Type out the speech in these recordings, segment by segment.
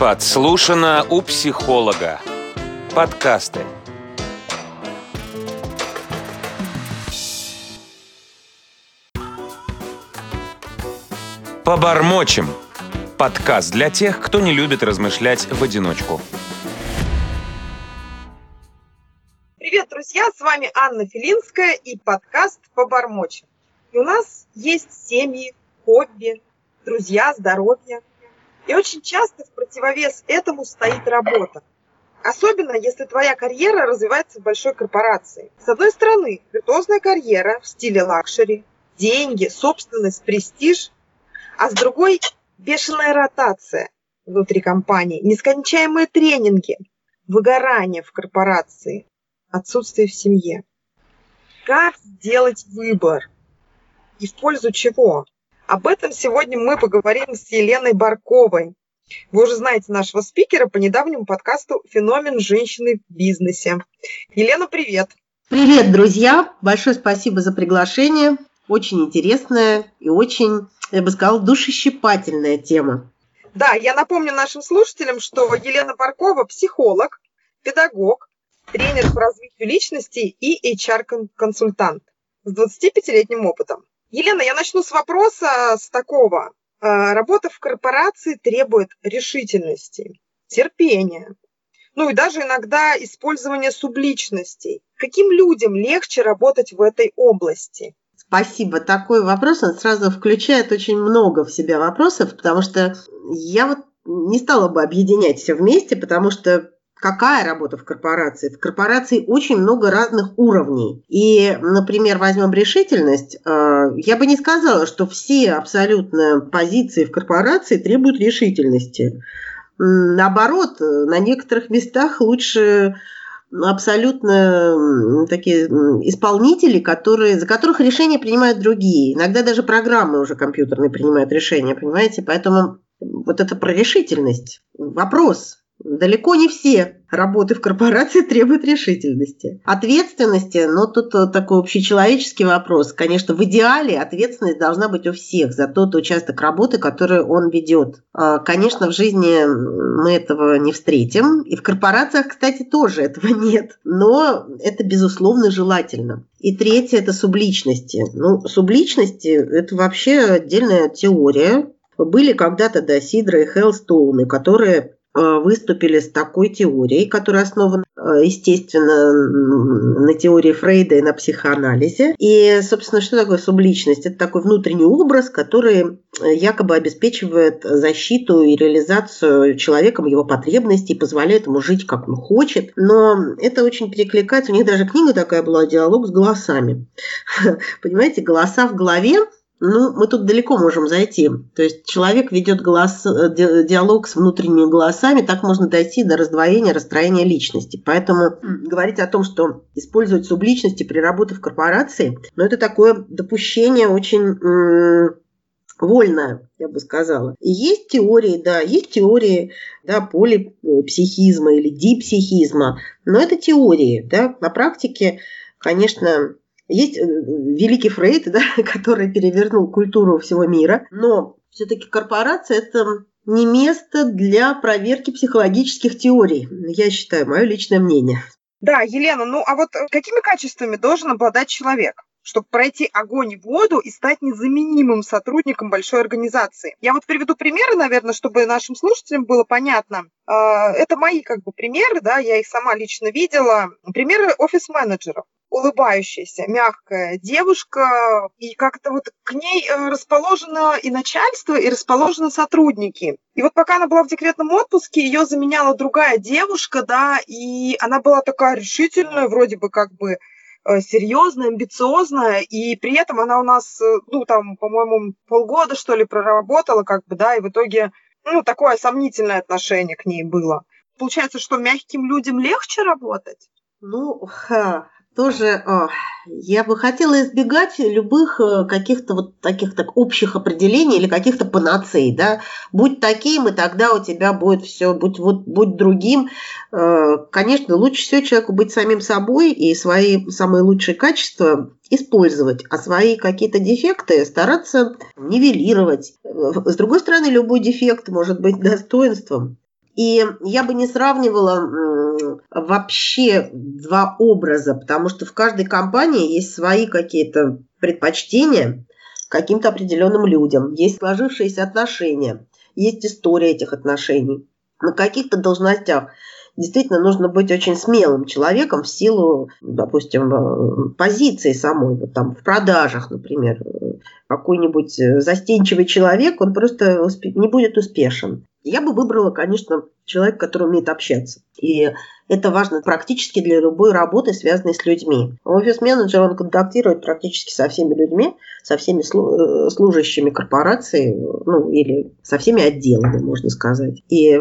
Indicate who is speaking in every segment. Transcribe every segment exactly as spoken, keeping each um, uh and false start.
Speaker 1: Подслушано у психолога. Подкасты. Побормочем. Подкаст для тех, кто не любит размышлять в одиночку.
Speaker 2: Привет, друзья! С вами Анна Филинская и подкаст «Побормочем». И у нас есть семьи, хобби, друзья, здоровье. И очень часто в противовес этому стоит работа. Особенно, если твоя карьера развивается в большой корпорации. С одной стороны, виртуозная карьера в стиле лакшери, деньги, собственность, престиж. А с другой – бешеная ротация внутри компании, нескончаемые тренинги, выгорание в корпорации, отсутствие в семье. Как сделать выбор? И в пользу чего? Об этом сегодня мы поговорим с Еленой Барковой. Вы уже знаете нашего спикера по недавнему подкасту «Феномен женщины в бизнесе». Елена, привет!
Speaker 3: Привет, друзья! Большое спасибо за приглашение. Очень интересная и очень, я бы сказала, душещипательная тема.
Speaker 2: Да, я напомню нашим слушателям, что Елена Баркова – психолог, педагог, тренер по развитию личности и эйч ар-консультант с двадцатипятилетним опытом. Елена, я начну с вопроса с такого. Работа в корпорации требует решительности, терпения, ну и даже иногда использования субличностей. Каким людям легче работать в этой области?
Speaker 3: Спасибо. Такой вопрос, он сразу включает очень много в себя вопросов, потому что я вот не стала бы объединять все вместе, потому что какая работа в корпорации? В корпорации очень много разных уровней. И, например, возьмем решительность. Я бы не сказала, что все абсолютно позиции в корпорации требуют решительности. Наоборот, на некоторых местах лучше абсолютно такие исполнители, которые, за которых решения принимают другие. Иногда даже программы уже компьютерные принимают решения, понимаете? Поэтому вот это про решительность. Вопрос. Далеко не все работы в корпорации требуют решительности. Ответственности, ну, тут такой общечеловеческий вопрос. Конечно, в идеале ответственность должна быть у всех за тот участок работы, который он ведет. Конечно, в жизни мы этого не встретим. И в корпорациях, кстати, тоже этого нет. Но это, безусловно, желательно. И третье – это субличности. Ну, субличности – это вообще отдельная теория. Были когда-то, да, Сидра и Хеллстоуны, которые выступили с такой теорией, которая основана, естественно, на теории Фрейда и на психоанализе. И, собственно, что такое субличность? Это такой внутренний образ, который якобы обеспечивает защиту и реализацию человеком его потребностей, позволяет ему жить, как он хочет. Но это очень перекликается. У них даже книга такая была «Диалог с голосами». Понимаете, голоса в голове. Ну, мы тут далеко можем зайти. То есть человек ведет голос, диалог с внутренними голосами, так можно дойти до раздвоения, расстроения личности. Поэтому говорить о том, что использовать субличности при работе в корпорации, ну, это такое допущение очень м- вольное, я бы сказала. И есть теории, да, есть теории, да, полипсихизма или дипсихизма, но это теории, да. На практике, конечно, есть великий Фрейд, да, который перевернул культуру всего мира, но все-таки корпорация – это не место для проверки психологических теорий. Я считаю, мое личное мнение.
Speaker 2: Да, Елена, ну а вот какими качествами должен обладать человек, чтобы пройти огонь и воду и стать незаменимым сотрудником большой организации? Я вот приведу примеры, наверное, чтобы нашим слушателям было понятно. Это мои как бы примеры, да, я их сама лично видела. Примеры офис-менеджеров. Улыбающаяся, мягкая девушка, и как-то вот к ней расположено и начальство, и расположены сотрудники. И вот пока она была в декретном отпуске, ее заменяла другая девушка, да, и она была такая решительная, вроде бы как бы серьезная, амбициозная, и при этом она у нас, ну, там, по-моему, полгода, что ли, проработала, как бы, да, и в итоге, ну, такое сомнительное отношение к ней было. Получается, что мягким людям легче работать?
Speaker 3: Ну, ха. Тоже я бы хотела избегать любых каких-то вот таких так общих определений или каких-то панацей, да. Будь таким, и тогда у тебя будет все, будь, вот, будь другим. Конечно, лучше всего человеку быть самим собой и свои самые лучшие качества использовать, а свои какие-то дефекты стараться нивелировать. С другой стороны, любой дефект может быть достоинством. И я бы не сравнивала вообще два образа, потому что в каждой компании есть свои какие-то предпочтения к каким-то определенным людям, есть сложившиеся отношения, есть история этих отношений. На каких-то должностях действительно нужно быть очень смелым человеком в силу, допустим, позиции самой. Вот там в продажах, например, какой-нибудь застенчивый человек, он просто не будет успешен. Я бы выбрала, конечно, человека, который умеет общаться. И это важно практически для любой работы, связанной с людьми. Офис-менеджер, он контактирует практически со всеми людьми, со всеми служащими корпорации, ну, или со всеми отделами, можно сказать. И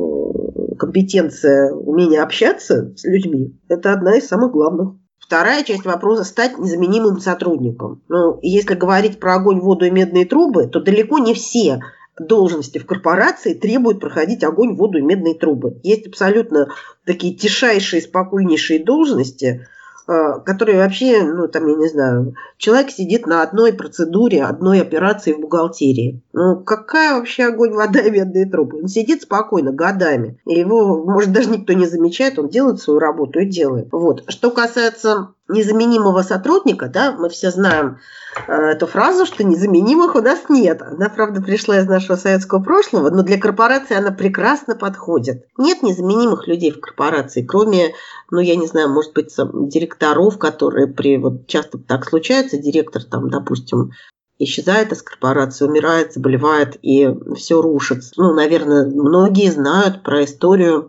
Speaker 3: компетенция, умение общаться с людьми – это одна из самых главных. Вторая часть вопроса – стать незаменимым сотрудником. Ну, если говорить про огонь, воду и медные трубы, то далеко не все должности в корпорации требуют проходить огонь, воду и медные трубы. Есть абсолютно такие тишайшие, спокойнейшие должности, которые вообще, ну, там, я не знаю, человек сидит на одной процедуре, одной операции в бухгалтерии. Ну, какая вообще огонь, вода и медные трубы? Он сидит спокойно, годами. И его, может, даже никто не замечает, он делает свою работу и делает. Вот. Что касается незаменимого сотрудника, да, мы все знаем э, эту фразу, что незаменимых у нас нет. Она, правда, пришла из нашего советского прошлого, но для корпорации она прекрасно подходит. Нет незаменимых людей в корпорации, кроме, ну, я не знаю, может быть, директоров, которые при, вот часто так случается, директор там, допустим, исчезает из корпорации, умирает, заболевает, и все рушится. Ну, наверное, многие знают про историю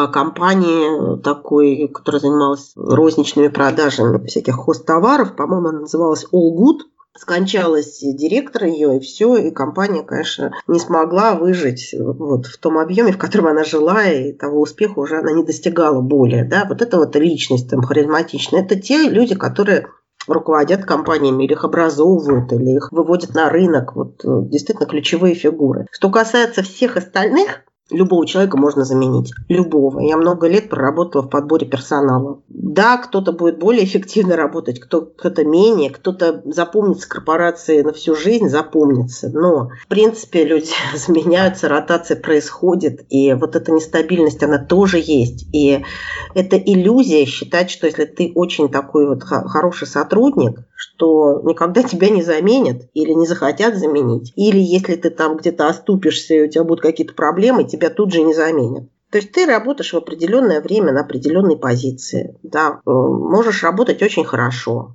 Speaker 3: компании такой, которая занималась розничными продажами всяких хозтоваров, по-моему, она называлась All Good. Скончалась директор ее, и все, и компания, конечно, не смогла выжить вот в том объеме, в котором она жила, и того успеха уже она не достигала более. Да? Вот это вот личность там, харизматичная. Это те люди, которые руководят компаниями, или их образовывают, или их выводят на рынок. Вот действительно ключевые фигуры. Что касается всех остальных, любого человека можно заменить. Любого. Я много лет проработала в подборе персонала. Да, кто-то будет более эффективно работать, кто-то менее, кто-то запомнится корпорации на всю жизнь, запомнится. Но, в принципе, люди заменяются, ротация происходит, и вот эта нестабильность, она тоже есть. И это иллюзия считать, что если ты очень такой вот хороший сотрудник, что никогда тебя не заменят или не захотят заменить. Или если ты там где-то оступишься, и у тебя будут какие-то проблемы, тебя тут же не заменят. То есть ты работаешь в определенное время на определенной позиции. Да, можешь работать очень хорошо,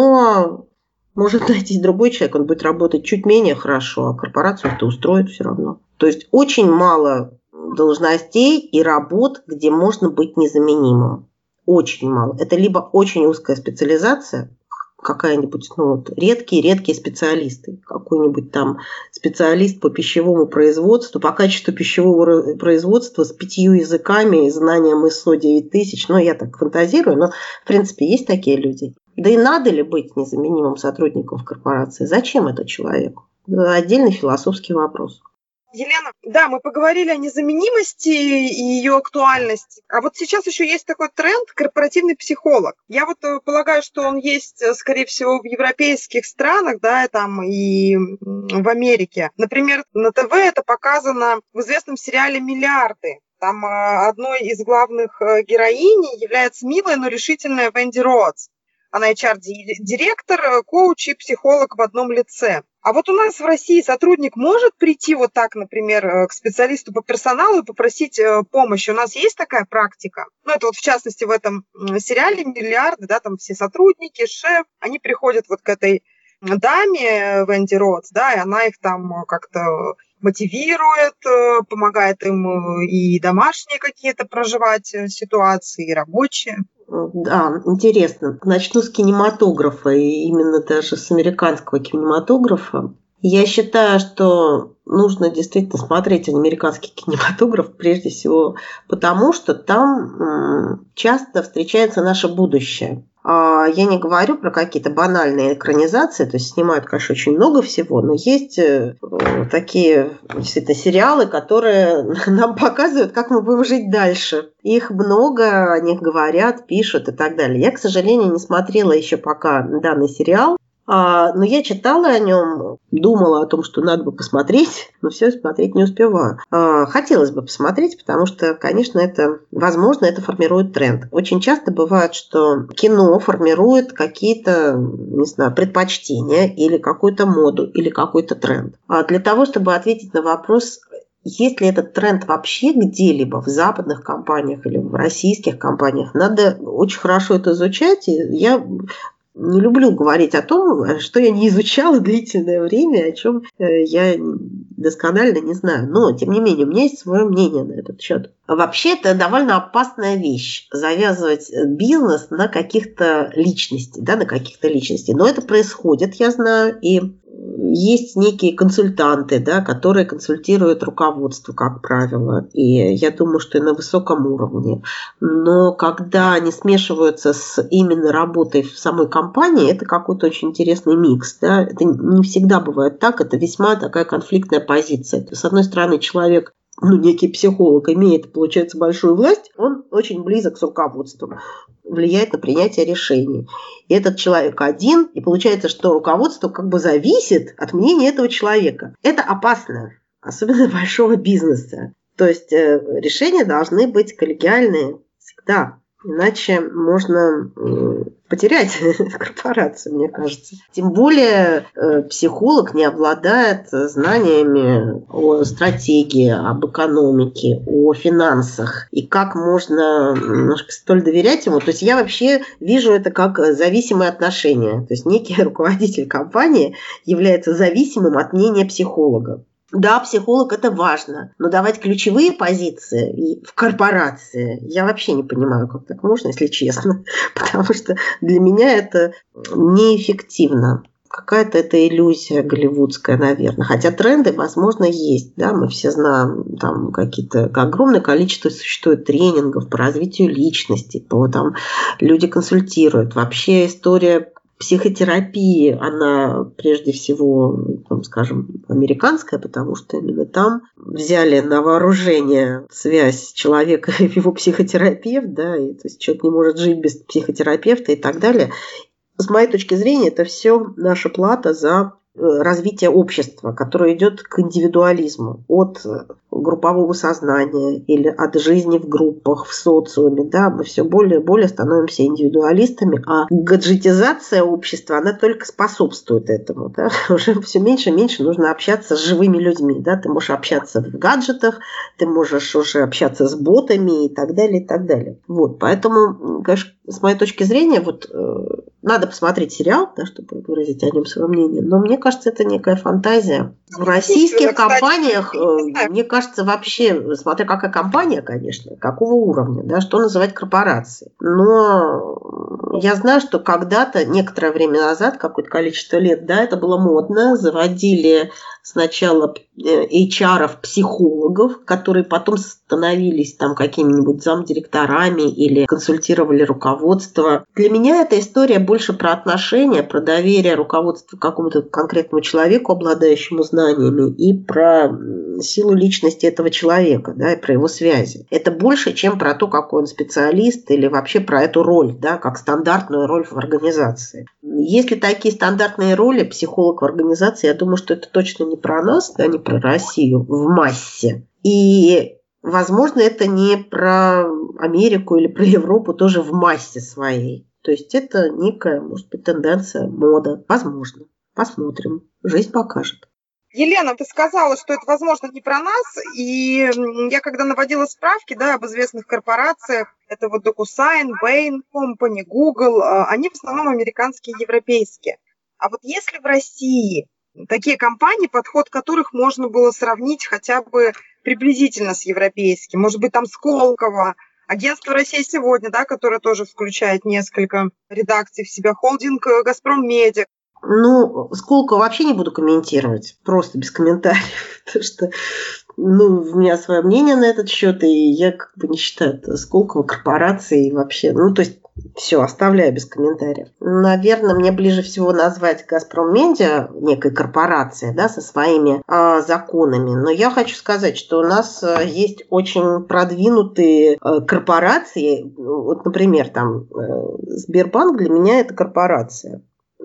Speaker 3: но может найтись другой человек, он будет работать чуть менее хорошо, а корпорацию это устроит все равно. То есть очень мало должностей и работ, где можно быть незаменимым. Очень мало. Это либо очень узкая специализация, какая-нибудь, ну, вот, редкие-редкие специалисты. Какой-нибудь там специалист по пищевому производству, по качеству пищевого производства с пятью языками и знанием ай эс о девять тысяч. Ну, я так фантазирую, но, в принципе, есть такие люди. Да и надо ли быть незаменимым сотрудником в корпорации? Зачем это человеку? Это отдельный философский вопрос.
Speaker 2: Елена, да, мы поговорили о незаменимости и ее актуальности. А вот сейчас еще есть такой тренд – корпоративный психолог. Я вот полагаю, что он есть, скорее всего, в европейских странах, да, там и в Америке. Например, на ТВ это показано в известном сериале «Миллиарды». Там одной из главных героинь является милая, но решительная Венди Роудс. Она эйч ар-директор, коуч и психолог в одном лице. А вот у нас в России сотрудник может прийти вот так, например, к специалисту по персоналу и попросить помощи. У нас есть такая практика? Ну, это вот в частности в этом сериале «Миллиарды», да, там все сотрудники, шеф, они приходят вот к этой даме Венди Роудс, да, и она их там как-то мотивирует, помогает им и домашние какие-то проживать ситуации, и рабочие.
Speaker 3: Да, интересно. Начну с кинематографа, и именно даже с американского кинематографа. Я считаю, что нужно действительно смотреть американский кинематограф, прежде всего потому, что там часто встречается наше будущее. Я не говорю про какие-то банальные экранизации, то есть снимают, конечно, очень много всего, но есть такие действительно сериалы, которые нам показывают, как мы будем жить дальше. Их много, о них говорят, пишут и так далее. Я, к сожалению, не смотрела еще пока данный сериал, А, но я читала о нем, думала о том, что надо бы посмотреть, но все смотреть не успеваю. А, хотелось бы посмотреть, потому что, конечно, это, возможно, это формирует тренд. Очень часто бывает, что кино формирует какие-то, не знаю, предпочтения или какую-то моду, или какой-то тренд. А для того, чтобы ответить на вопрос, есть ли этот тренд вообще где-либо в западных компаниях или в российских компаниях, надо очень хорошо это изучать. И я не люблю говорить о том, что я не изучала длительное время, о чем я досконально не знаю. Но, тем не менее, у меня есть свое мнение на этот счет. Вообще, это довольно опасная вещь – завязывать бизнес на каких-то личностей, да, на каких-то личностей. Но это происходит, я знаю, и есть некие консультанты, да, которые консультируют руководство, как правило. И я думаю, что и на высоком уровне. Но когда они смешиваются с именно работой в самой компании, это какой-то очень интересный микс. Да. Это не всегда бывает так, это весьма такая конфликтная позиция. С одной стороны, человек, ну, некий психолог, имеет, получается, большую власть, он очень близок с руководством, влияет на принятие решений. И этот человек один, и получается, что руководство как бы зависит от мнения этого человека. Это опасно, особенно большого бизнеса. То есть э, решения должны быть коллегиальные всегда. Иначе можно потерять корпорацию, мне кажется. Тем более психолог не обладает знаниями о стратегии, об экономике, о финансах. И как можно немножко столь доверять ему. То есть я вообще вижу это как зависимые отношения. То есть некий руководитель компании является зависимым от мнения психолога. Да, психолог – это важно, но давать ключевые позиции в корпорации я вообще не понимаю, как так можно, если честно, потому что для меня это неэффективно. Какая-то это иллюзия голливудская, наверное. Хотя тренды, возможно, есть. Да? Мы все знаем, там какие-то огромное количество существует тренингов по развитию личности, по, там, люди консультируют. Вообще история психотерапии, она прежде всего, там, скажем, американская, потому что именно там взяли на вооружение связь человека и его психотерапевт, да, и то есть человек не может жить без психотерапевта и так далее. С моей точки зрения, это все наша плата за развитие общества, которое идет к индивидуализму, от группового сознания или от жизни в группах, в социуме. Да, мы все более и более становимся индивидуалистами, а гаджетизация общества, она только способствует этому. Да? Уже все меньше и меньше нужно общаться с живыми людьми. Да? Ты можешь общаться в гаджетах, ты можешь уже общаться с ботами и так далее, и так далее. Вот, поэтому, конечно, с моей точки зрения, вот надо посмотреть сериал, да, чтобы выразить о нем свое мнение, но мне кажется, это некая фантазия. В российских компаниях, мне кажется, вообще, смотря какая компания, конечно, какого уровня, да, что называть корпорацией. Но я знаю, что когда-то, некоторое время назад, какое-то количество лет, да, это было модно, заводили сначала эйч ар-ов, психологов, которые потом становились там какими-нибудь замдиректорами или консультировали руководство. Для меня эта история больше про отношения, про доверие руководству к какому-то конкретному человеку, обладающему знаниями, и про силу личности этого человека, да, и про его связи. Это больше, чем про то, какой он специалист, или вообще про эту роль, да, как стандартную роль в организации. Если такие стандартные роли, психолог в организации, я думаю, что это точно не про нас, да, не про Россию в массе. И, возможно, это не про Америку или про Европу тоже в массе своей. То есть это некая, может быть, тенденция, мода. Возможно. Посмотрим. Жизнь покажет.
Speaker 2: Елена, ты сказала, что это, возможно, не про нас, и я когда наводила справки, да, об известных корпорациях, это вот DocuSign, Bain Company, Google, они в основном американские и европейские. А вот если в России такие компании, подход которых можно было сравнить хотя бы приблизительно с европейским, может быть, там Сколково, агентство «Россия сегодня», да, которое тоже включает несколько редакций в себя, холдинг «Газпром Медиа».
Speaker 3: Ну, Сколково вообще не буду комментировать, просто без комментариев, потому что, ну, у меня свое мнение на этот счет, и я как бы не считаю Сколково корпорацией вообще, ну, то есть все, оставляю без комментариев. Наверное, мне ближе всего назвать «Газпром Медиа» некой корпорацией, да, со своими э, законами. Но я хочу сказать, что у нас э, есть очень продвинутые э, корпорации. Вот, например, там э, Сбербанк для меня это корпорация.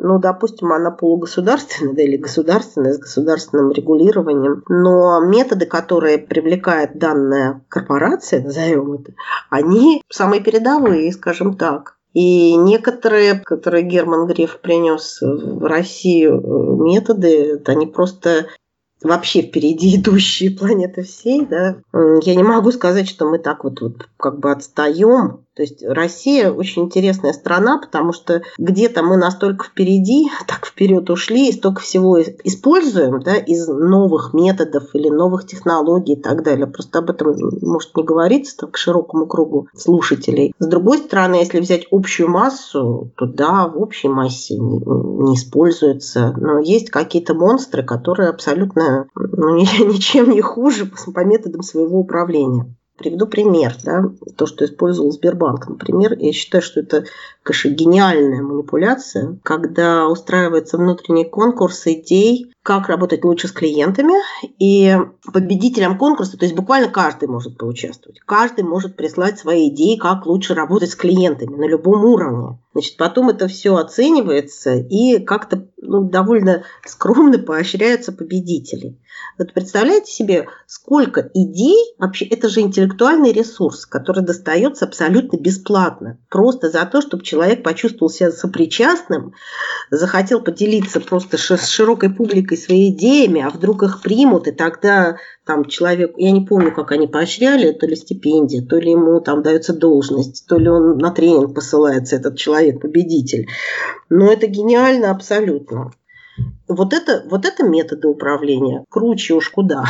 Speaker 3: ну, допустим, она полугосударственная, да, или государственная, с государственным регулированием, но методы, которые привлекает данная корпорация, назовем это, они самые передовые, скажем так. И некоторые, которые Герман Греф принес в Россию методы, это они просто вообще впереди идущие планеты всей, да. Я не могу сказать, что мы так вот, вот как бы отстаем. То есть Россия очень интересная страна, потому что где-то мы настолько впереди, так вперед ушли, и столько всего используем, да, из новых методов или новых технологий и так далее. Просто об этом может не говориться так, к широкому кругу слушателей. С другой стороны, если взять общую массу, то да, в общей массе не, не используется. Но есть какие-то монстры, которые абсолютно ну, ничем не хуже по методам своего управления. Приведу пример, да, то, что использовал Сбербанк, например. Я считаю, что это, конечно, гениальная манипуляция, когда устраивается внутренний конкурс идей, как работать лучше с клиентами, и победителям конкурса, то есть буквально каждый может поучаствовать, каждый может прислать свои идеи, как лучше работать с клиентами на любом уровне. Значит, потом это все оценивается и как-то ну, довольно скромно поощряются победители. Вот представляете себе, сколько идей, вообще это же интеллектуальный ресурс, который достается абсолютно бесплатно, просто за то, чтобы человек почувствовал себя сопричастным, захотел поделиться просто с широкой публикой своими идеями, а вдруг их примут, и тогда там человек, я не помню, как они поощряли, то ли стипендия, то ли ему там дается должность, то ли он на тренинг посылается, этот человек-победитель. Но это гениально абсолютно. Вот это, вот это методы управления. Круче уж куда.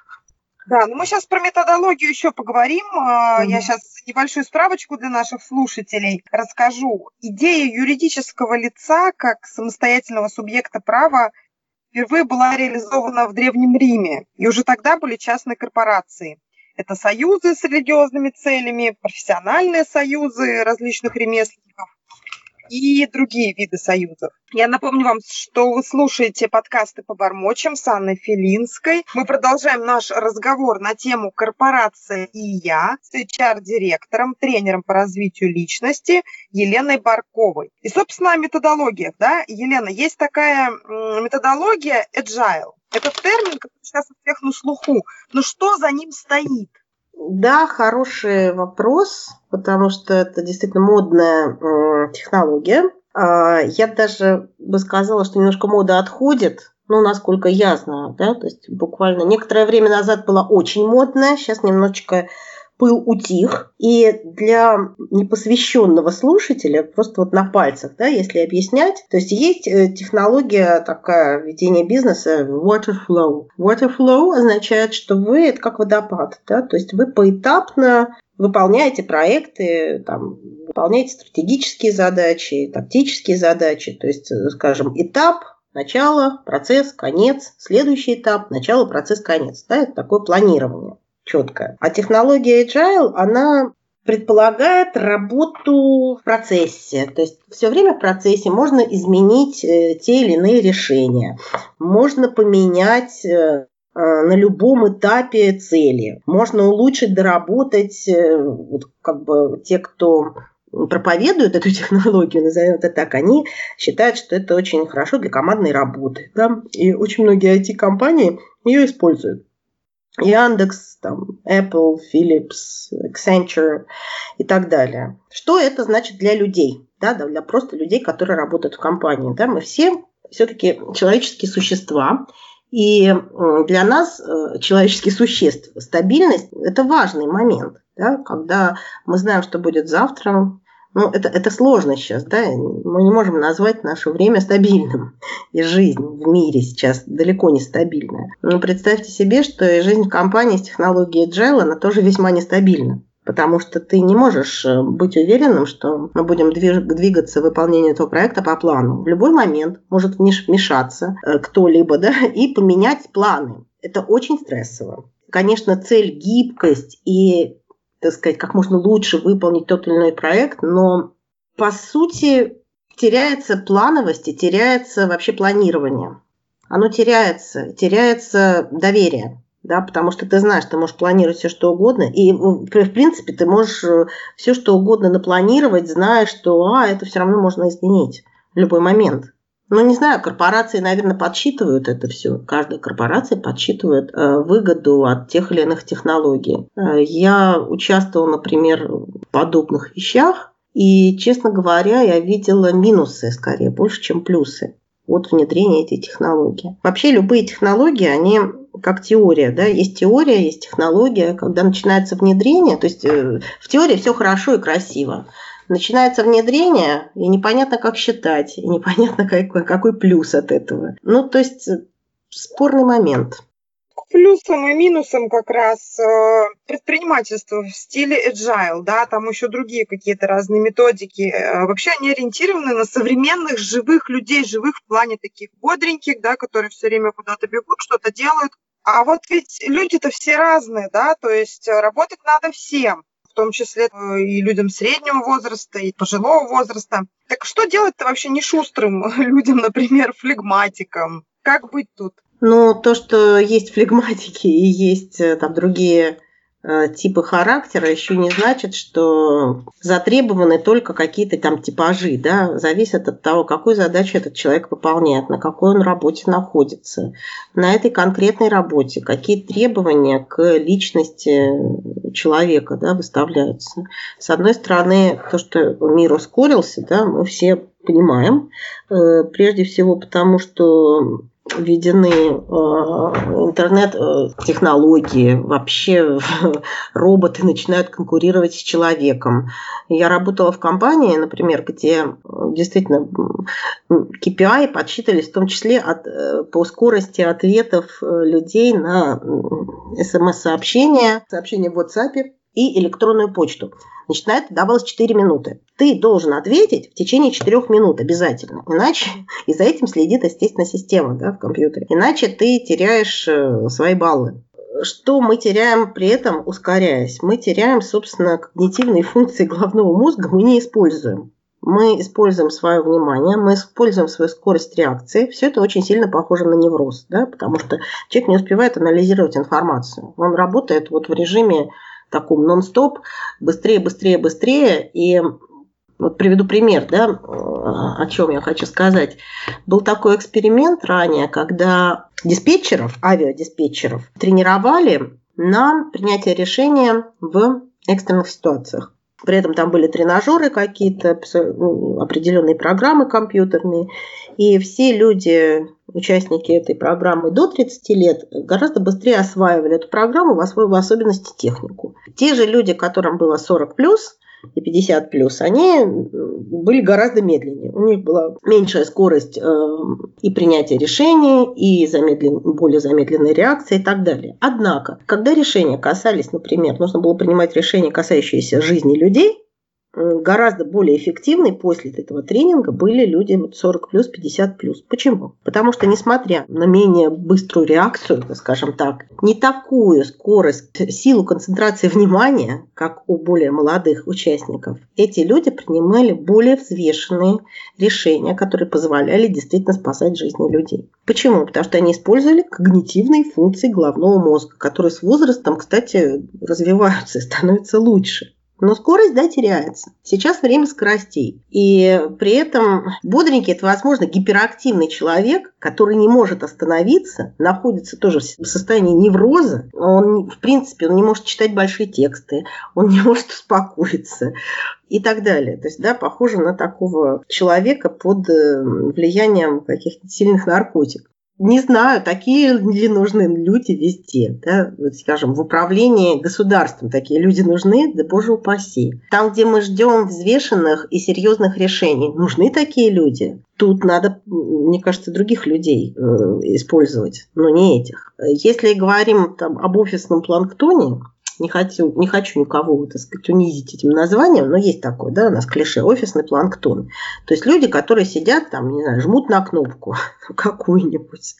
Speaker 2: Да, ну мы сейчас про методологию еще поговорим. Mm-hmm. Я сейчас небольшую справочку для наших слушателей расскажу. Идея юридического лица как самостоятельного субъекта права впервые была реализована в Древнем Риме. И уже тогда были частные корпорации. Это союзы с религиозными целями, профессиональные союзы различных ремесленников и другие виды союзов. Я напомню вам, что вы слушаете подкасты по Бормочем с Анной Филинской. Мы продолжаем наш разговор на тему «Корпорация и я» с эйч ар-директором, тренером по развитию личности Еленой Барковой. И, собственно, о методологиях. Да? Елена, есть такая методология agile. Этот термин, который сейчас у всех на слуху. Но что за ним стоит?
Speaker 3: Да, хороший вопрос, потому что это действительно модная э, технология. Э, я даже бы сказала, что немножко мода отходит, ну, насколько я знаю, да, то есть буквально некоторое время назад была очень модная, сейчас немножечко пыл утих. И для непосвященного слушателя, просто вот на пальцах, да, если объяснять, то есть есть технология такая ведения бизнеса water flow. Water flow означает, что вы, это как водопад, да, то есть вы поэтапно выполняете проекты, там, выполняете стратегические задачи, тактические задачи, то есть, скажем, этап, начало, процесс, конец, следующий этап, начало, процесс, конец. Да, это такое планирование четкое. А технология Agile, она предполагает работу в процессе. То есть все время в процессе можно изменить те или иные решения. Можно поменять на любом этапе цели. Можно улучшить, доработать. Вот как бы те, кто проповедуют эту технологию, назовем это так, они считают, что это очень хорошо для командной работы. Да? И очень многие ай ти-компании ее используют. Яндекс, там, Apple, Philips, Accenture и так далее. Что это значит для людей? Да, для просто людей, которые работают в компании. Да? Мы все все-таки человеческие существа. И для нас, человеческих существ, стабильность – это важный момент. Да? Когда мы знаем, что будет завтра, ну, это, это сложно сейчас, да, мы не можем назвать наше время стабильным. И жизнь в мире сейчас далеко не стабильная. Но представьте себе, что и жизнь в компании с технологией Agile, она тоже весьма нестабильна. Потому что ты не можешь быть уверенным, что мы будем двигаться в выполнении этого проекта по плану. В любой момент может вмешаться кто-либо, да, и поменять планы. Это очень стрессово. Конечно, цель – гибкость и, так сказать, как можно лучше выполнить тот или иной проект, но по сути теряется плановость и теряется вообще планирование. Оно теряется, теряется доверие, да, потому что ты знаешь, ты можешь планировать все что угодно, и в принципе ты можешь все что угодно напланировать, зная, что а, это все равно можно изменить в любой момент. Ну, не знаю, корпорации, наверное, подсчитывают это все. Каждая корпорация подсчитывает э, выгоду от тех или иных технологий. Э, я участвовала, например, в подобных вещах, и, честно говоря, я видела минусы, скорее, больше, чем плюсы от внедрения этой технологии. Вообще любые технологии, они как теория, да, есть теория, есть технология. Когда начинается внедрение, то есть э, в теории все хорошо и красиво. Начинается внедрение, и непонятно, как считать, и непонятно, какой, какой плюс от этого. Ну, то есть спорный момент.
Speaker 2: К плюсам и минусам как раз э, предпринимательство в стиле agile, да, там еще другие какие-то разные методики. Э, вообще они ориентированы на современных живых людей, живых в плане таких бодреньких, да, которые все время куда-то бегут, что-то делают. А вот ведь люди-то все разные, да, то есть работать надо всем, в том числе и людям среднего возраста, и пожилого возраста. Так что делать-то вообще не шустрым людям, например, флегматикам? Как быть тут?
Speaker 3: Ну, то, что есть флегматики и есть там другие э, типы характера, еще не значит, что затребованы только какие-то там типажи, да, зависит от того, какую задачу этот человек выполняет, на какой он работе находится, на этой конкретной работе, какие требования к личности человека, да, выставляются. С одной стороны, то, что мир ускорился, да, мы все понимаем, э, прежде всего потому, что введены интернет-технологии, вообще роботы начинают конкурировать с человеком. Я работала в компании, например, где действительно кей пи ай подсчитывались в том числе от, по скорости ответов людей на эс эм эс-сообщения, сообщения в WhatsApp и электронную почту. Значит, на это давалось четыре минуты. Ты должен ответить в течение четырёх минут обязательно. Иначе, и за этим следит, естественно, система, да, в компьютере. Иначе ты теряешь свои баллы. Что мы теряем при этом, ускоряясь? Мы теряем, собственно, когнитивные функции головного мозга, мы не используем. Мы используем свое внимание, мы используем свою скорость реакции. Все это очень сильно похоже на невроз, да, потому что человек не успевает анализировать информацию. Он работает вот в режиме таком нон-стоп, быстрее, быстрее, быстрее. И вот приведу пример, да, о чем я хочу сказать. Был такой эксперимент ранее, когда диспетчеров, авиадиспетчеров тренировали на принятие решения в экстренных ситуациях. При этом там были тренажеры какие-то, определенные программы компьютерные. И все люди, участники этой программы до тридцати лет, гораздо быстрее осваивали эту программу, в особенности технику. Те же люди, которым было сорок плюс и пятьдесят плюс, они были гораздо медленнее. У них была меньшая скорость и принятия решений, и замедлен... более замедленная реакция и так далее. Однако, когда решения касались, например, нужно было принимать решения, касающиеся жизни людей, гораздо более эффективны после этого тренинга были люди сорок плюс, пятьдесят плюс. Почему? Потому что, несмотря на менее быструю реакцию, скажем так, не такую скорость, силу концентрации внимания, как у более молодых участников, эти люди принимали более взвешенные решения, которые позволяли действительно спасать жизни людей. Почему? Потому что они использовали когнитивные функции головного мозга, которые с возрастом, кстати, развиваются и становятся лучше. Но скорость, да, теряется. Сейчас время скоростей. И при этом бодренький – это, возможно, гиперактивный человек, который не может остановиться, находится тоже в состоянии невроза. Он, в принципе, он не может читать большие тексты, он не может успокоиться и так далее. То есть, да, похоже на такого человека под влиянием каких-то сильных наркотиков. Не знаю, такие ли нужны люди везде, да, вот, скажем, в управлении государством такие люди нужны, да боже упаси. Там, где мы ждем взвешенных и серьезных решений, нужны такие люди. Тут надо, мне кажется, других людей э, использовать, но не этих. Если говорим там об офисном планктоне, Не хочу, не хочу никого, так сказать, унизить этим названием, но есть такое, да, у нас клише, офисный планктон. То есть люди, которые сидят там, не знаю, жмут на кнопку какую-нибудь.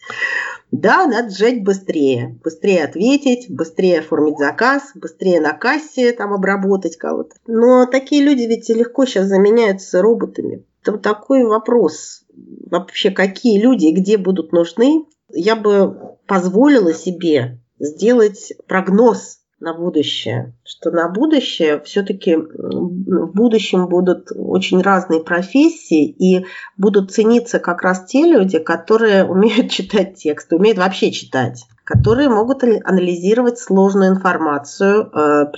Speaker 3: Да, надо жать быстрее. Быстрее ответить, быстрее оформить заказ, быстрее на кассе там обработать кого-то. Но такие люди ведь легко сейчас заменяются роботами. Это такой вопрос. Вообще, какие люди и где будут нужны? Я бы позволила себе сделать прогноз, на будущее, что на будущее все-таки в будущем будут очень разные профессии и будут цениться как раз те люди, которые умеют читать тексты, умеют вообще читать, которые могут анализировать сложную информацию,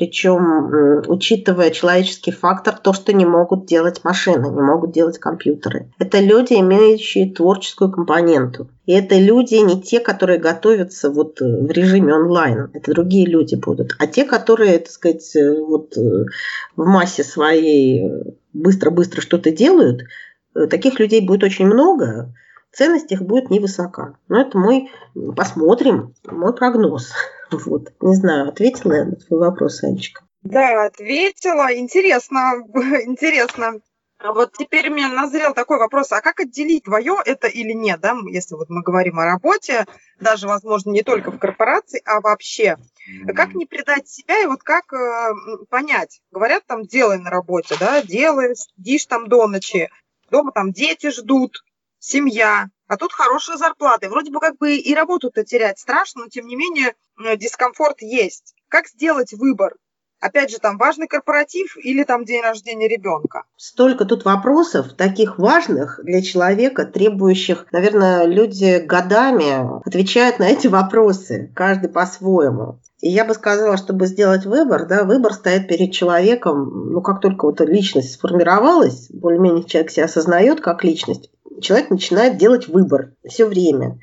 Speaker 3: причем учитывая человеческий фактор, то, что не могут делать машины, не могут делать компьютеры. Это люди, имеющие творческую компоненту. И это люди не те, которые готовятся вот в режиме онлайн. Это другие люди будут. А те, которые, так сказать, вот в массе своей быстро-быстро что-то делают, таких людей будет очень много. Ценность их будет невысока. Но это мой, посмотрим, мой прогноз. Вот. Не знаю, ответила я на твой вопрос, Анечка?
Speaker 2: Да, ответила. Интересно, интересно. Вот теперь у меня назрел такой вопрос, а как отделить твое это или нет, да, если вот мы говорим о работе, даже, возможно, не только в корпорации, а вообще. Как не предать себя и вот как э, понять? Говорят, там, делай на работе, да, делаешь, сидишь там до ночи, дома там дети ждут, семья, а тут хорошая зарплата. И вроде бы как бы и работу-то терять страшно, но тем не менее дискомфорт есть. Как сделать выбор? Опять же, там важный корпоратив или там день рождения ребенка?
Speaker 3: Столько тут вопросов, таких важных для человека, требующих, наверное, люди годами отвечают на эти вопросы, каждый по-своему. И я бы сказала, чтобы сделать выбор, да, выбор стоит перед человеком, ну, как только вот личность сформировалась, более-менее человек себя осознает как личность, человек начинает делать выбор все время.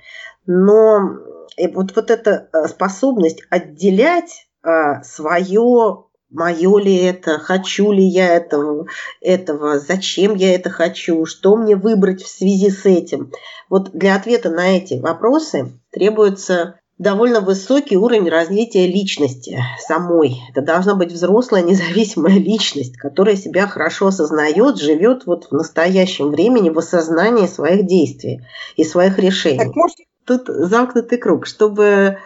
Speaker 3: Но вот, вот эта способность отделять свое, мое ли это, хочу ли я этого, этого, зачем я это хочу, что мне выбрать в связи с этим. Вот для ответа на эти вопросы требуется довольно высокий уровень развития личности самой. Это должна быть взрослая независимая личность, которая себя хорошо осознает, живет вот в настоящем времени в осознании своих действий и своих решений.
Speaker 2: Так, может...
Speaker 3: Тут замкнутый круг. Чтобы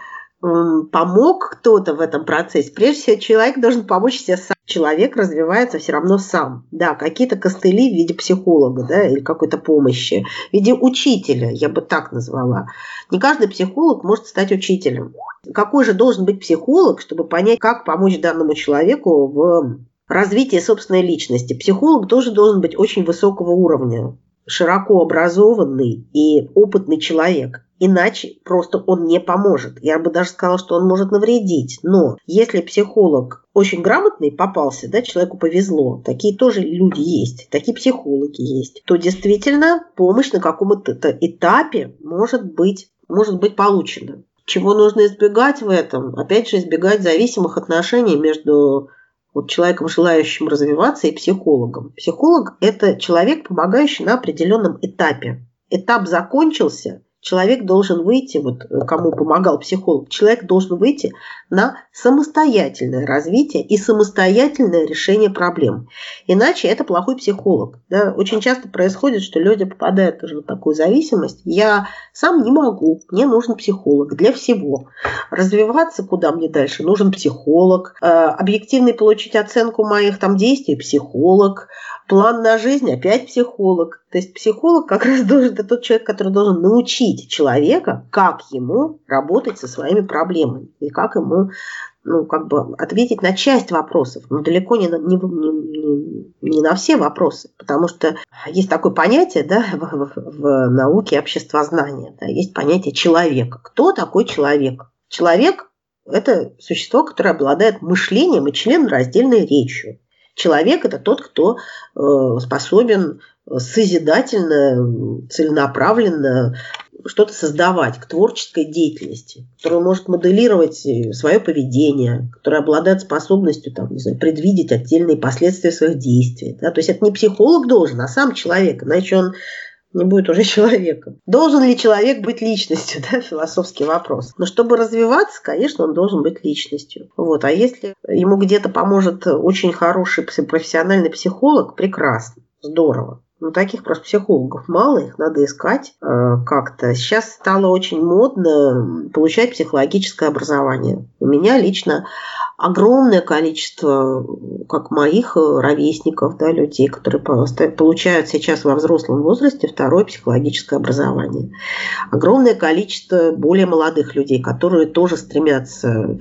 Speaker 3: помог кто-то в этом процессе, прежде всего человек должен помочь себе сам. Человек развивается все равно сам. Да, какие-то костыли в виде психолога, да, или какой-то помощи, в виде учителя, я бы так назвала. Не каждый психолог может стать учителем. Какой же должен быть психолог, чтобы понять, как помочь данному человеку в развитии собственной личности? Психолог тоже должен быть очень высокого уровня, широко образованный и опытный человек. Иначе просто он не поможет. Я бы даже сказала, что он может навредить. Но если психолог очень грамотный попался, да, человеку повезло, такие тоже люди есть, такие психологи есть, то действительно помощь на каком-то этапе может быть, может быть получена. Чего нужно избегать в этом? Опять же, избегать зависимых отношений между вот человеком, желающим развиваться, и психологом. Психолог – это человек, помогающий на определенном этапе. Этап закончился, человек должен выйти, вот кому помогал психолог, человек должен выйти на самостоятельное развитие и самостоятельное решение проблем. Иначе это плохой психолог. Да? Очень часто происходит, что люди попадают тоже в такую зависимость. Я сам не могу, мне нужен психолог для всего. Развиваться куда мне дальше? Нужен психолог. Объективный получить оценку моих там действий – психолог. План на жизнь – опять психолог. То есть психолог как раз должен, это тот человек, который должен научить человека, как ему работать со своими проблемами и как ему, ну, как бы ответить на часть вопросов, но далеко не на, не, не, не на все вопросы, потому что есть такое понятие, да, в, в, в науке обществознания, да, есть понятие человека. Кто такой человек? Человек – это существо, которое обладает мышлением и членораздельной речью. Человек – это тот, кто способен созидательно, целенаправленно что-то создавать, к творческой деятельности, который может моделировать свое поведение, который обладает способностью там, не знаю, предвидеть отдельные последствия своих действий. Да? То есть это не психолог должен, а сам человек, иначе он не будет уже человеком. Должен ли человек быть личностью? Да, философский вопрос. Но чтобы развиваться, конечно, он должен быть личностью. Вот. А если ему где-то поможет очень хороший профессиональный психолог, прекрасно, здорово. Но таких просто психологов мало, их надо искать э, как-то. Сейчас стало очень модно получать психологическое образование. У меня лично огромное количество, как моих ровесников, да, людей, которые получают сейчас во взрослом возрасте второе психологическое образование. Огромное количество более молодых людей, которые тоже стремятся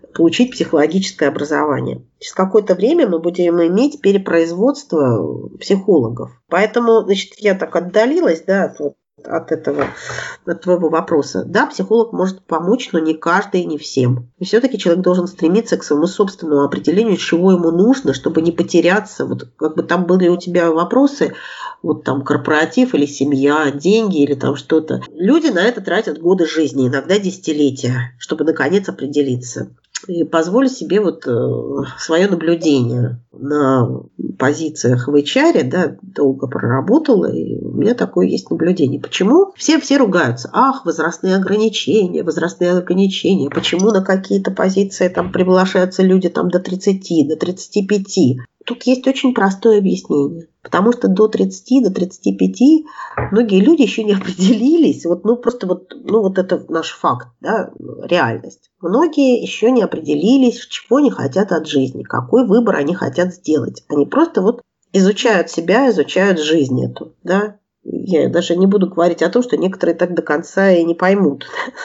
Speaker 3: получить психологическое образование. Через какое-то время мы будем иметь перепроизводство психологов. Поэтому, значит, я так отдалилась, да, от, от этого, от твоего вопроса. Да, психолог может помочь, но не каждый, не всем. И все-таки человек должен стремиться к своему собственному определению, чего ему нужно, чтобы не потеряться. Вот как бы там были у тебя вопросы, вот там корпоратив или семья, деньги или там что-то. Люди на это тратят годы жизни, иногда десятилетия, чтобы наконец определиться. И позволю себе вот свое наблюдение на позициях в эйч ар, да, долго проработала, и у меня такое есть наблюдение. Почему? Все, все ругаются. Ах, возрастные ограничения, возрастные ограничения. Почему на какие-то позиции там приглашаются люди там, до тридцати, до тридцати пяти? Тут есть очень простое объяснение. Потому что до тридцати, до тридцати пяти многие люди еще не определились. Вот, ну, просто вот, ну, вот это наш факт, да, реальность. Многие еще не определились, чего они хотят от жизни, какой выбор они хотят сделать. Они просто вот изучают себя, изучают жизнь эту, да. Я даже не буду говорить о том, что некоторые так до конца и не поймут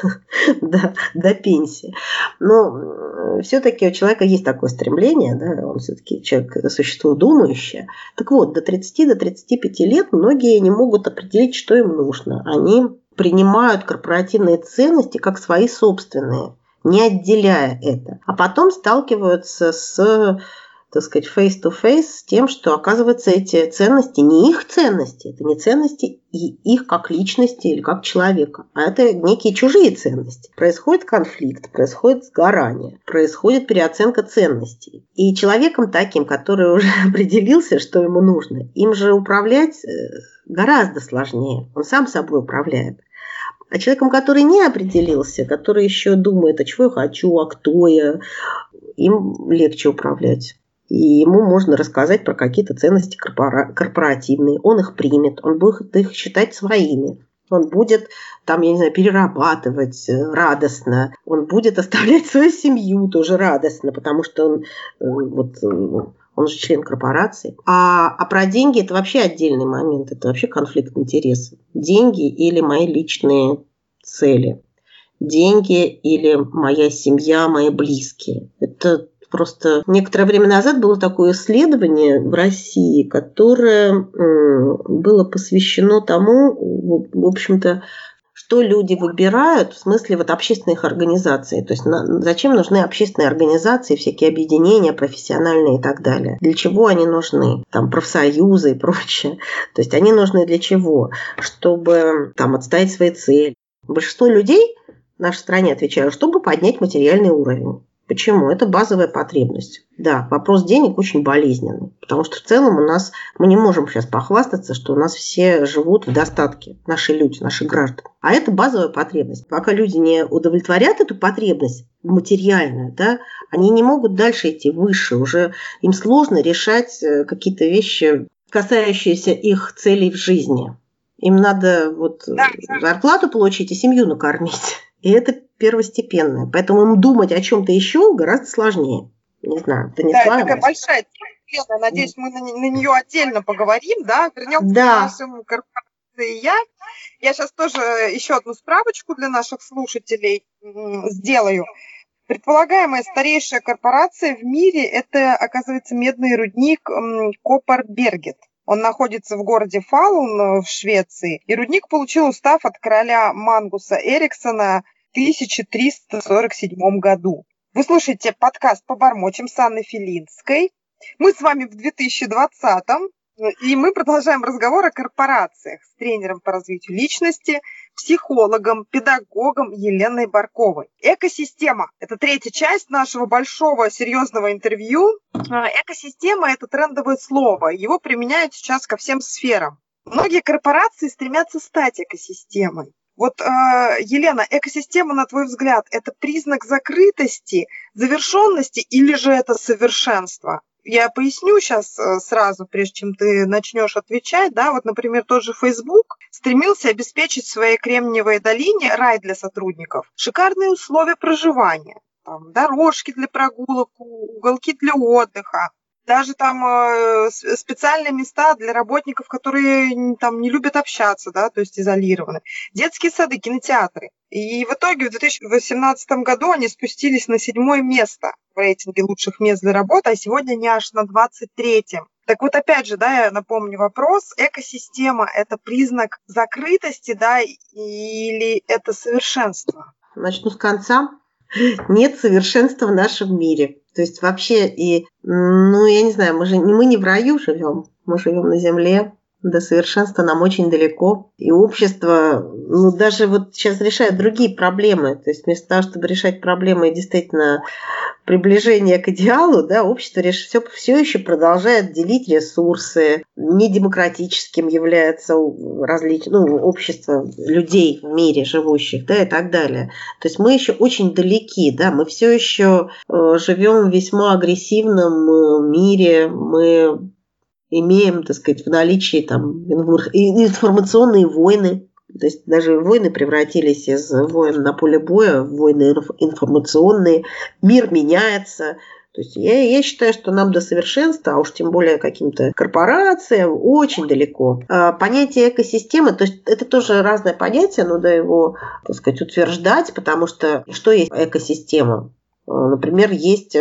Speaker 3: до, до пенсии. Но все-таки у человека есть такое стремление, да, он все-таки человек, существо думающее. Так вот, до тридцати, до тридцати пяти лет многие не могут определить, что им нужно. Они принимают корпоративные ценности как свои собственные, не отделяя это. А потом сталкиваются с, так сказать, face-to-face с тем, что, оказывается, эти ценности не их ценности, это не ценности и их как личности или как человека, а это некие чужие ценности. Происходит конфликт, происходит сгорание, происходит переоценка ценностей. И человеком таким, который уже определился, что ему нужно, им же управлять гораздо сложнее, он сам собой управляет. А человеком, который не определился, который еще думает, а чего я хочу, а кто я, им легче управлять. И ему можно рассказать про какие-то ценности корпора- корпоративные. Он их примет, он будет их считать своими. Он будет там, я не знаю, перерабатывать радостно. Он будет оставлять свою семью тоже радостно, потому что он, вот, он же член корпорации. А, а про деньги это вообще отдельный момент. Это вообще конфликт интересов. Деньги или мои личные цели. Деньги или моя семья, мои близкие. Это просто некоторое время назад было такое исследование в России, которое было посвящено тому, в общем-то, что люди выбирают в смысле вот общественных организаций. То есть на, зачем нужны общественные организации, всякие объединения профессиональные и так далее. Для чего они нужны? Там профсоюзы и прочее. То есть они нужны для чего? Чтобы там отстоять свои цели. Большинство людей в нашей стране отвечают, чтобы поднять материальный уровень. Почему? Это базовая потребность. Да, вопрос денег очень болезненный, потому что в целом у нас, мы не можем сейчас похвастаться, что у нас все живут в достатке, наши люди, наши граждане. А это базовая потребность. Пока люди не удовлетворят эту потребность материальную, да, они не могут дальше идти выше, уже им сложно решать какие-то вещи, касающиеся их целей в жизни. Им надо вот зарплату получить и семью накормить. И это первостепенное. Поэтому им думать о чем-то еще гораздо сложнее. Не знаю, ты не
Speaker 2: да,
Speaker 3: слава?
Speaker 2: Это такая большая тема. Надеюсь, мы на, на нее отдельно поговорим. Да? Вернемся
Speaker 3: да.
Speaker 2: к нашим корпорации. Я, я сейчас тоже еще одну справочку для наших слушателей сделаю. Предполагаемая старейшая корпорация в мире – это, оказывается, медный рудник Копарбергет. Он находится в городе Фалун в Швеции. И рудник получил устав от короля Магнуса Эриксона в тысяча триста сорок седьмом году. Вы слушаете подкаст «Побормочем» с Анной Филинской. Мы с вами в две тысячи двадцатом, и мы продолжаем разговор о корпорациях с тренером по развитию личности, психологом, педагогом Еленой Барковой. Экосистема – это третья часть нашего большого серьезного интервью. Экосистема – это трендовое слово, его применяют сейчас ко всем сферам. Многие корпорации стремятся стать экосистемой. Вот, э, Елена, экосистема, на твой взгляд, это признак закрытости, завершенности или же это совершенство? Я поясню сейчас сразу, прежде чем ты начнешь отвечать. Да, вот, например, тот же Facebook стремился обеспечить в своей Кремниевой долине рай для сотрудников, шикарные условия проживания, там, дорожки для прогулок, уголки для отдыха. даже там э, специальные места для работников, которые там не любят общаться, да, то есть изолированы. Детские сады, кинотеатры. И в итоге в две тысячи восемнадцатом году они спустились на седьмое место в рейтинге лучших мест для работы, а сегодня они аж на двадцать третьем. Так вот, опять же, да, я напомню вопрос. Экосистема – это признак закрытости, да, или это совершенство?
Speaker 3: Начну с конца. Нет совершенства в нашем мире. То есть вообще и, ну, я не знаю, мы же мы не в раю живем, мы живем на земле. До совершенства нам очень далеко. И общество, ну, даже вот сейчас решает другие проблемы. То есть вместо того, чтобы решать проблемы действительно приближения к идеалу, да, общество все, все еще продолжает делить ресурсы. Недемократическим является различ... ну, общество людей в мире живущих, да, и так далее. То есть мы еще очень далеки, да, мы все еще живем в весьма агрессивном мире, мы имеем, так сказать, в наличии там информационные войны. То есть даже войны превратились из войн на поле боя в войны информационные. Мир меняется. То есть я, я считаю, что нам до совершенства, а уж тем более каким-то корпорациям, очень далеко. А понятие экосистемы, то есть это тоже разное понятие, надо его, так сказать, утверждать, потому что что есть экосистема? Например, есть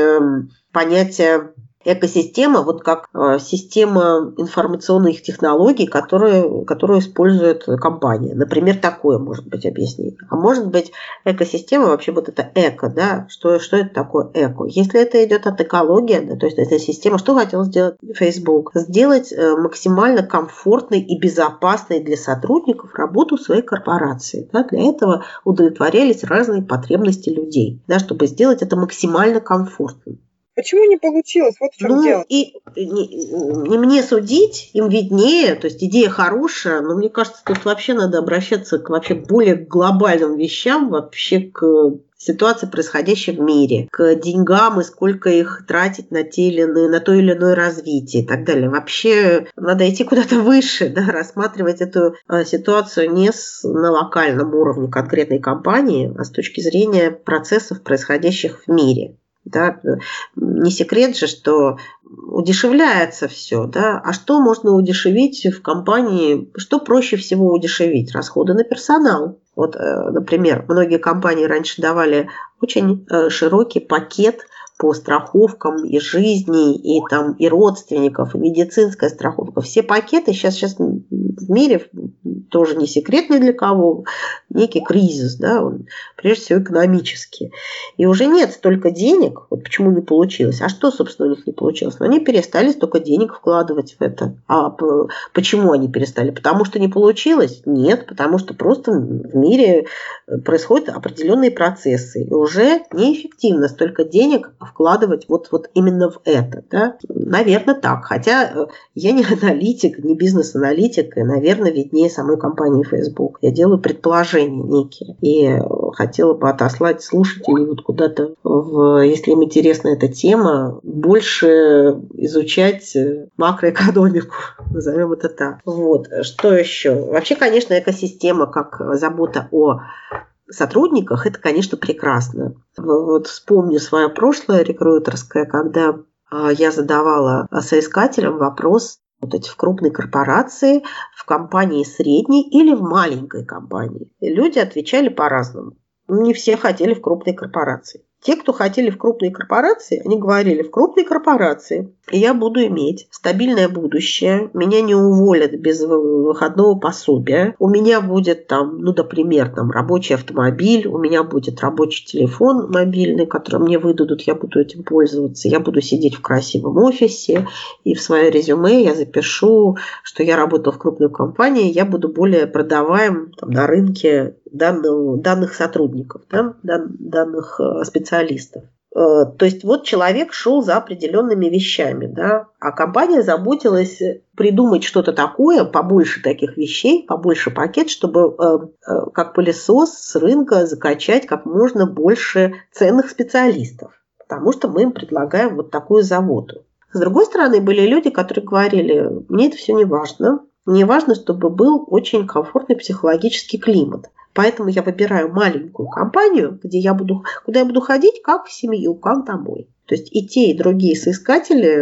Speaker 3: понятие экосистема, вот как э, система информационных технологий, которые, которую использует компания. Например, такое может быть объяснение. А может быть, экосистема вообще вот это эко, да? Что, что это такое эко? Если это идет от экологии, да, то есть это система, что хотел сделать Facebook? Сделать э, максимально комфортной и безопасной для сотрудников работу своей корпорации. Да? Для этого удовлетворялись разные потребности людей, да, чтобы сделать это максимально комфортным.
Speaker 2: Почему не получилось? Вот в чем
Speaker 3: ну,
Speaker 2: дело.
Speaker 3: И не, не мне судить, им виднее, то есть идея хорошая, но мне кажется, тут вообще надо обращаться к вообще более глобальным вещам, вообще к ситуации, происходящей в мире, к деньгам и сколько их тратить на, те или иные, на то или иное развитие и так далее. Вообще надо идти куда-то выше, да, рассматривать эту ситуацию не с, на локальном уровне конкретной компании, а с точки зрения процессов, происходящих в мире. Да, не секрет же, что удешевляется все, да. А что можно удешевить в компании? Что проще всего удешевить? Расходы на персонал. Вот, например, многие компании раньше давали очень широкий пакет по страховкам и жизни, и, там, и родственников, и медицинская страховка. Все пакеты сейчас, сейчас в мире, тоже не секрет ни для кого, некий кризис, да, он, прежде всего экономический. И уже нет столько денег, вот почему не получилось. А что, собственно, у них не получилось? Но они перестали столько денег вкладывать в это. А почему они перестали? Потому что не получилось? Нет, потому что просто в мире происходят определенные процессы. И уже неэффективно столько денег вкладывать вот, вот именно в это. Да? Наверное, так. Хотя я не аналитик, не бизнес-аналитик, и, наверное, виднее самой компании Facebook. Я делаю предположения некие. И хотела бы отослать слушателей вот куда-то, в, если им интересна эта тема, больше изучать макроэкономику, назовем это так. Вот. Что еще? Вообще, конечно, экосистема как забота о сотрудниках, это, конечно, прекрасно. Вот вспомню свое прошлое рекрутерское, когда я задавала соискателям вопрос: вот эти в крупной корпорации, в компании средней или в маленькой компании. И люди отвечали по-разному. Не все хотели в крупной корпорации. Те, кто хотели в крупной корпорации, они говорили: в крупной корпорации я буду иметь стабильное будущее, меня не уволят без выходного пособия, у меня будет там, ну, например, там рабочий автомобиль, у меня будет рабочий телефон мобильный, который мне выдадут, я буду этим пользоваться, я буду сидеть в красивом офисе, и в свое резюме я запишу, что я работал в крупной компании, я буду более продаваем там, на рынке данных, данных сотрудников, да, данных специалистов. То есть вот человек шел за определенными вещами, да, а компания заботилась придумать что-то такое, побольше таких вещей, побольше пакет, чтобы как пылесос с рынка закачать как можно больше ценных специалистов, потому что мы им предлагаем вот такую заботу. С другой стороны, были люди, которые говорили: мне это все не важно, мне важно, чтобы был очень комфортный психологический климат. Поэтому я выбираю маленькую компанию, где я буду, куда я буду ходить как в семью, как домой. То есть и те, и другие соискатели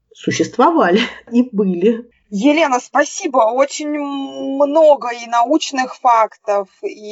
Speaker 3: существовали и были.
Speaker 2: Елена, спасибо. Очень много и научных фактов,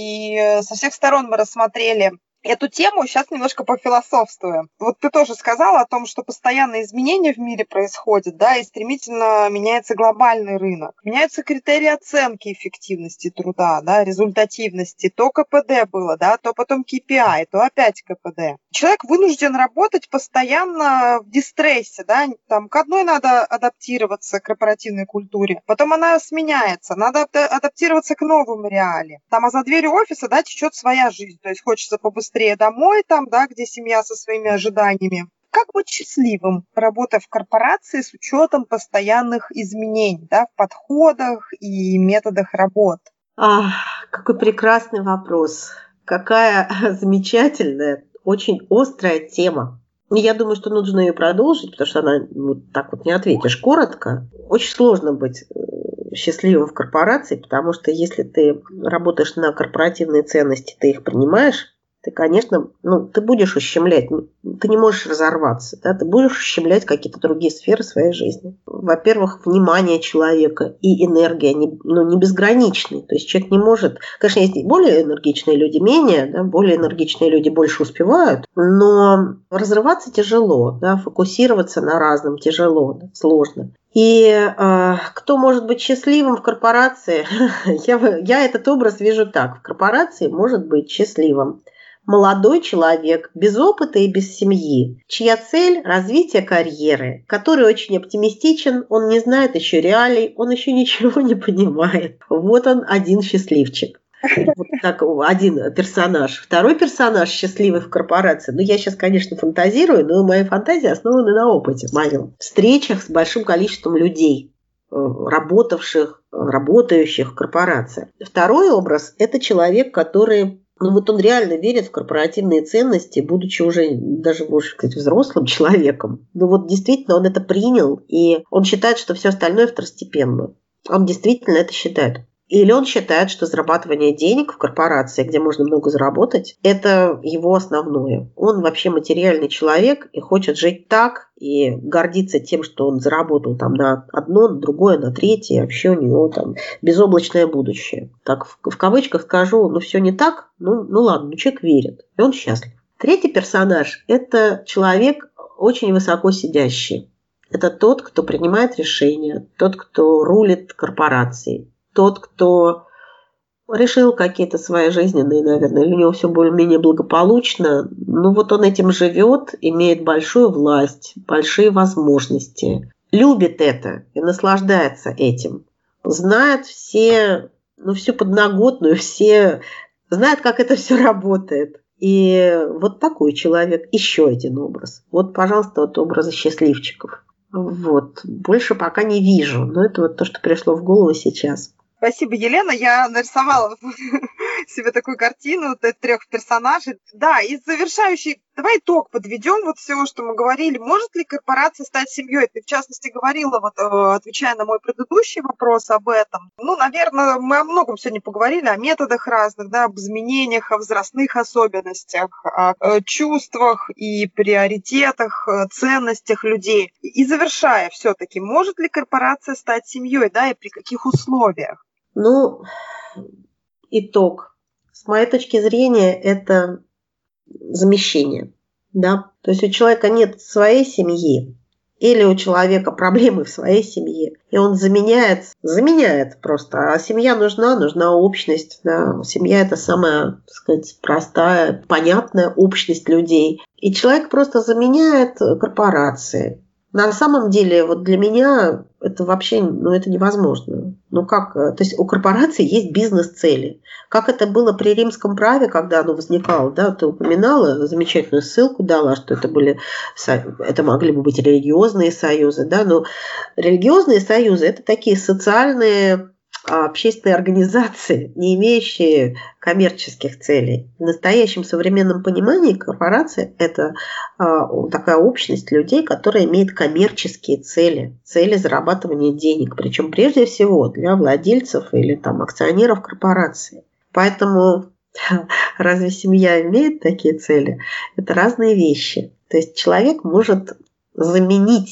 Speaker 2: и со всех сторон мы рассмотрели эту тему. Сейчас немножко пофилософствуем. Вот ты тоже сказала о том, что постоянные изменения в мире происходят, да, и стремительно меняется глобальный рынок. Меняются критерии оценки эффективности труда, да, результативности. То ка пэ дэ было, да, то потом ка пи ай, то опять ка пэ дэ. Человек вынужден работать постоянно в дистрессе, да, там к одной надо адаптироваться к корпоративной культуре, потом она сменяется, надо адаптироваться к новым реалиям. Там, а за дверью офиса, да, течет своя жизнь, то есть хочется побыстрее домой, там, да, где семья со своими ожиданиями. Как быть счастливым, работая в корпорации с учетом постоянных изменений, да, в подходах и методах работы?
Speaker 3: Ах, какой прекрасный вопрос. Какая замечательная, очень острая тема. И я думаю, что нужно ее продолжить, потому что она вот так вот не ответишь коротко. Очень сложно быть счастливым в корпорации, потому что если ты работаешь на корпоративные ценности, ты их принимаешь, ты, конечно, ну, ты будешь ущемлять, ты не можешь разорваться, да, ты будешь ущемлять какие-то другие сферы своей жизни. Во-первых, внимание человека и энергия, не, ну, не безграничны. То есть человек не может... Конечно, есть более энергичные люди, менее, да, более энергичные люди больше успевают, но разрываться тяжело, да, фокусироваться на разном тяжело, да, сложно. И э, кто может быть счастливым в корпорации? я, я этот образ вижу так. В корпорации может быть счастливым молодой человек, без опыта и без семьи, чья цель – развитие карьеры, который очень оптимистичен, он не знает еще реалий, он еще ничего не понимает. Вот он один счастливчик. Вот так один персонаж. Второй персонаж счастливый в корпорации. Ну, я сейчас, конечно, фантазирую, но мои фантазии основаны на опыте моем. Встречах с большим количеством людей, работавших, работающих в корпорации. Второй образ – это человек, который... Ну вот он реально верит в корпоративные ценности, будучи уже даже, можно сказать, взрослым человеком. Ну вот действительно он это принял, и он считает, что все остальное второстепенно. Он действительно это считает. Или он считает, что зарабатывание денег в корпорации, где можно много заработать, это его основное. Он вообще материальный человек и хочет жить так, и гордиться тем, что он заработал там на одно, на другое, на третье, вообще у него там безоблачное будущее. Так в, в кавычках скажу, ну все не так, ну, ну ладно, ну человек верит, и он счастлив. Третий персонаж – это человек очень высоко сидящий. Это тот, кто принимает решения, тот, кто рулит корпорацией. Тот, кто решил какие-то свои жизненные, наверное, или у него все более-менее благополучно, ну вот он этим живет, имеет большую власть, большие возможности, любит это и наслаждается этим, знает все, ну, всю подноготную, все, знает, как это все работает. И вот такой человек, еще один образ. Вот, пожалуйста, вот образы счастливчиков. Вот. Больше пока не вижу, но это вот то, что пришло в голову сейчас.
Speaker 2: Спасибо, Елена. Я нарисовала себе такую картину трех персонажей. Да, и завершающий, давай итог подведем вот всего, что мы говорили. Может ли корпорация стать семьей? Ты, в частности, говорила, вот, отвечая на мой предыдущий вопрос об этом. Ну, наверное, мы о многом сегодня поговорили, о методах разных, да, об изменениях, о возрастных особенностях, о чувствах и приоритетах, ценностях людей. И завершая все-таки, может ли корпорация стать семьей, да, и при каких условиях?
Speaker 3: Ну, итог. С моей точки зрения, это замещение. Да? То есть у человека нет своей семьи, или у человека проблемы в своей семье, и он заменяет, заменяет просто. А семья нужна, нужна общность. Да? Семья – это самая, так сказать, простая, понятная общность людей. И человек просто заменяет корпорации. На самом деле, вот для меня это вообще, ну, это невозможно. Ну, как, то есть у корпораций есть бизнес-цели. Как это было при римском праве, когда оно возникало, да, ты упоминала, замечательную ссылку дала, что это были, это могли бы быть религиозные союзы, да, но религиозные союзы – это такие социальные, общественные организации, не имеющие коммерческих целей. В настоящем современном понимании корпорация – это а, такая общность людей, которая имеет коммерческие цели, цели зарабатывания денег, причем прежде всего для владельцев или там, акционеров корпорации. Поэтому разве семья имеет такие цели? Это разные вещи. То есть человек может заменить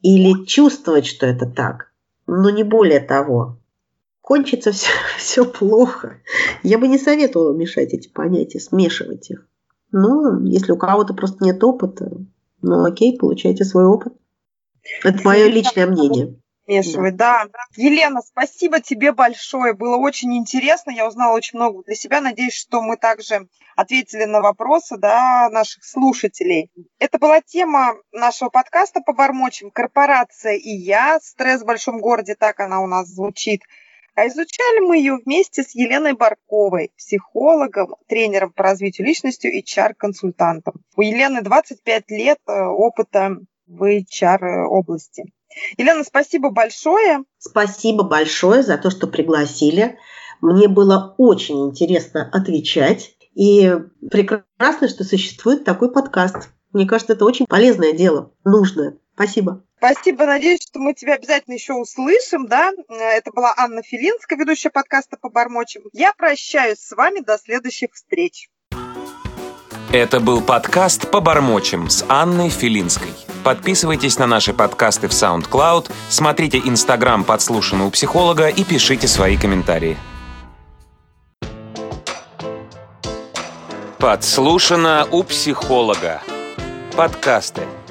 Speaker 3: или чувствовать, что это так, но не более того. Кончится все, все плохо. Я бы не советовала мешать эти понятия, смешивать их. Ну, если у кого-то просто нет опыта, ну окей, получайте свой опыт. Это мое личное мнение.
Speaker 2: Смешивать, да. да. Елена, спасибо тебе большое. Было очень интересно. Я узнала очень много для себя. Надеюсь, что мы также ответили на вопросы, да, наших слушателей. Это была тема нашего подкаста «Побормочем. Корпорация и я. Стресс в большом городе». Так она у нас звучит. А изучали мы ее вместе с Еленой Барковой, психологом, тренером по развитию личности, эйч ар-консультантом. У Елены двадцать пять лет опыта в эйч ар-области. Елена, спасибо большое.
Speaker 3: Спасибо большое за то, что пригласили. Мне было очень интересно отвечать. И прекрасно, что существует такой подкаст. Мне кажется, это очень полезное дело, нужное. Спасибо.
Speaker 2: Спасибо. Надеюсь, что мы тебя обязательно еще услышим. Да? Это была Анна Филинская, ведущая подкаста «Побормочем». Я прощаюсь с вами до следующих встреч.
Speaker 1: Это был подкаст «Побормочем» с Анной Филинской. Подписывайтесь на наши подкасты в SoundCloud, смотрите Инстаграм «Подслушано у психолога» и пишите свои комментарии. «Подслушано у психолога». Подкасты.